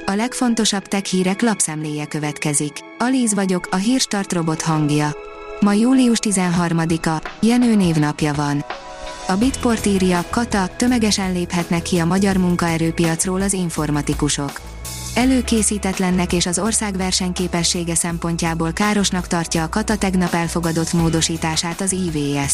A legfontosabb tech hírek lapszemléje következik. Alíz vagyok, a Hírstart robot hangja. Ma július 13-a, Jenő névnapja van. A Bitport írja, Kata, tömegesen léphetnek ki a magyar munkaerőpiacról az informatikusok. Előkészítetlennek és az ország versenyképessége szempontjából károsnak tartja a Kata tegnap elfogadott módosítását az IVS.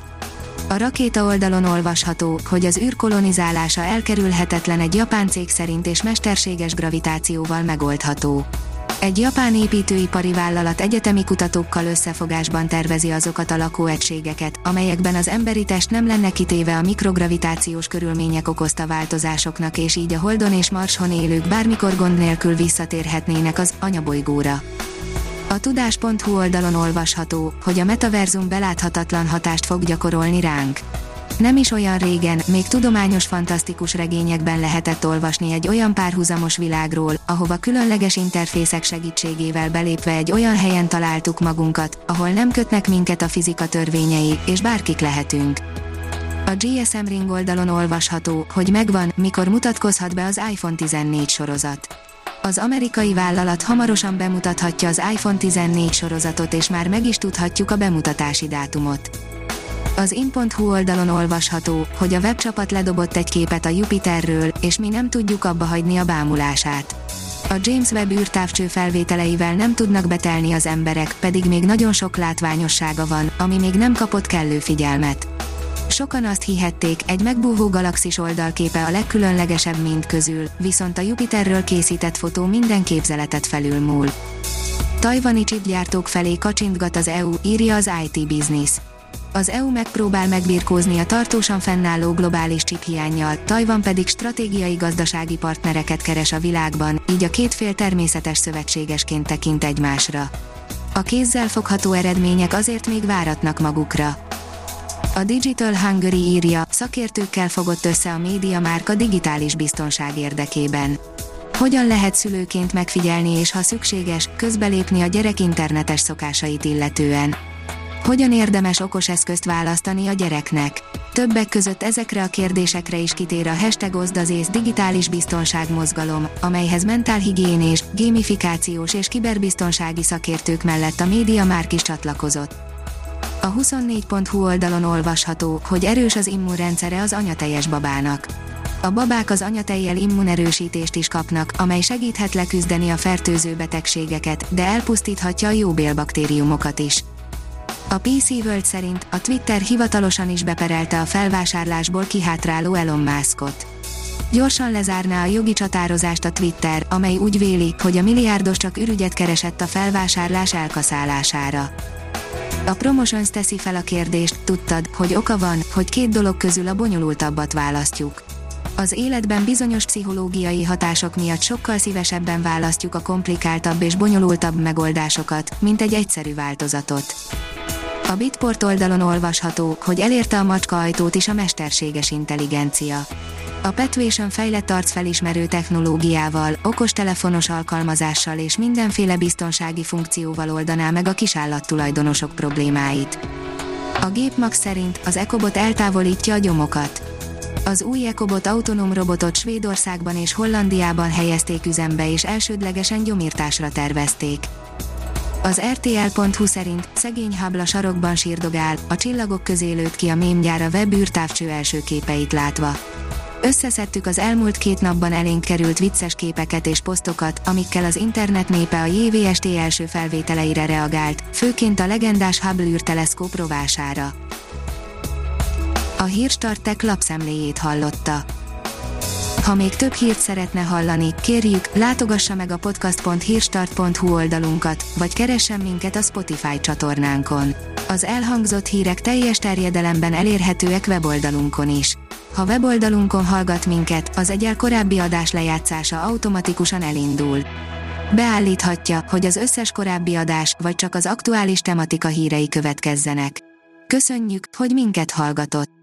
A Rakéta oldalon olvasható, hogy az űr kolonizálása elkerülhetetlen egy japán cég szerint és mesterséges gravitációval megoldható. Egy japán építőipari vállalat egyetemi kutatókkal összefogásban tervezi azokat a lakóegységeket, amelyekben az emberi test nem lenne kitéve a mikrogravitációs körülmények okozta változásoknak, és így a Holdon és Marson élők bármikor gond nélkül visszatérhetnének az anyabolygóra. A tudás.hu oldalon olvasható, hogy a metaverzum beláthatatlan hatást fog gyakorolni ránk. Nem is olyan régen, még tudományos fantasztikus regényekben lehetett olvasni egy olyan párhuzamos világról, ahova különleges interfészek segítségével belépve egy olyan helyen találtuk magunkat, ahol nem kötnek minket a fizika törvényei, és bárkik lehetünk. A GSM Ring oldalon olvasható, hogy megvan, mikor mutatkozhat be az iPhone 14 sorozat. Az amerikai vállalat hamarosan bemutathatja az iPhone 14 sorozatot, és már meg is tudhatjuk a bemutatási dátumot. Az in.hu oldalon olvasható, hogy a webcsapat ledobott egy képet a Jupiterről, és mi nem tudjuk abba hagyni a bámulását. A James Webb űrtávcső felvételeivel nem tudnak betelni az emberek, pedig még nagyon sok látványossága van, ami még nem kapott kellő figyelmet. Sokan azt hihették, egy megbúvó galaxis oldalképe a legkülönlegesebb mind közül, viszont a Jupiterről készített fotó minden képzeletet felülmúl. Tajvani chipgyártók felé kacsintgat az EU, írja az IT Business. Az EU megpróbál megbirkózni a tartósan fennálló globális chiphiánnyal, Tajvan pedig stratégiai gazdasági partnereket keres a világban, így a két fél természetes szövetségesként tekint egymásra. A kézzel fogható eredmények azért még váratnak magukra. A Digital Hungary írja, szakértőkkel fogott össze a médiamárka digitális biztonság érdekében. Hogyan lehet szülőként megfigyelni és ha szükséges, közbelépni a gyerek internetes szokásait illetően? Hogyan érdemes okos eszközt választani a gyereknek? Többek között ezekre a kérdésekre is kitér a #OzdazÉsz digitális biztonság mozgalom, amelyhez mentálhigiénés, gamifikációs és kiberbiztonsági szakértők mellett a MediaMarkt is csatlakozott. A 24.hu oldalon olvasható, hogy erős az immunrendszere az anyatejes babának. A babák az anyatejjel immunerősítést is kapnak, amely segíthet leküzdeni a fertőző betegségeket, de elpusztíthatja a jó bélbaktériumokat is. A PC World szerint a Twitter hivatalosan is beperelte a felvásárlásból kihátráló Elon Muskot. Gyorsan lezárná a jogi csatározást a Twitter, amely úgy véli, hogy a milliárdos csak ürügyet keresett a felvásárlás elkaszálására. A Promotions teszi fel a kérdést, tudtad, hogy oka van, hogy két dolog közül a bonyolultabbat választjuk. Az életben bizonyos pszichológiai hatások miatt sokkal szívesebben választjuk a komplikáltabb és bonyolultabb megoldásokat, mint egy egyszerű változatot. A Bitport oldalon olvasható, hogy elérte a macskaajtót is a mesterséges intelligencia. A Petuation fejlett arcfelismerő technológiával, okostelefonos alkalmazással és mindenféle biztonsági funkcióval oldaná meg a kisállattulajdonosok problémáit. A Gépmax szerint az Ecobot eltávolítja a gyomokat. Az új Ecobot autonóm robotot Svédországban és Hollandiában helyezték üzembe és elsődlegesen gyomírtásra tervezték. Az RTL.hu szerint szegény Hubble a sarokban sírdogál, a csillagok közé lőtt ki a mémgyár a web űrtávcső első képeit látva. Összeszedtük az elmúlt 2 napban elénk került vicces képeket és posztokat, amikkel az internet népe a JVST első felvételeire reagált, főként a legendás Hubble űrteleszkóp rovására. A Hírstart Tech lapszemléjét hallotta. Ha még több hírt szeretne hallani, kérjük, látogassa meg a podcast.hírstart.hu oldalunkat, vagy keressen minket a Spotify csatornánkon. Az elhangzott hírek teljes terjedelemben elérhetőek weboldalunkon is. Ha weboldalunkon hallgat minket, az egyel korábbi adás lejátszása automatikusan elindul. Beállíthatja, hogy az összes korábbi adás, vagy csak az aktuális tematika hírei következzenek. Köszönjük, hogy minket hallgatott!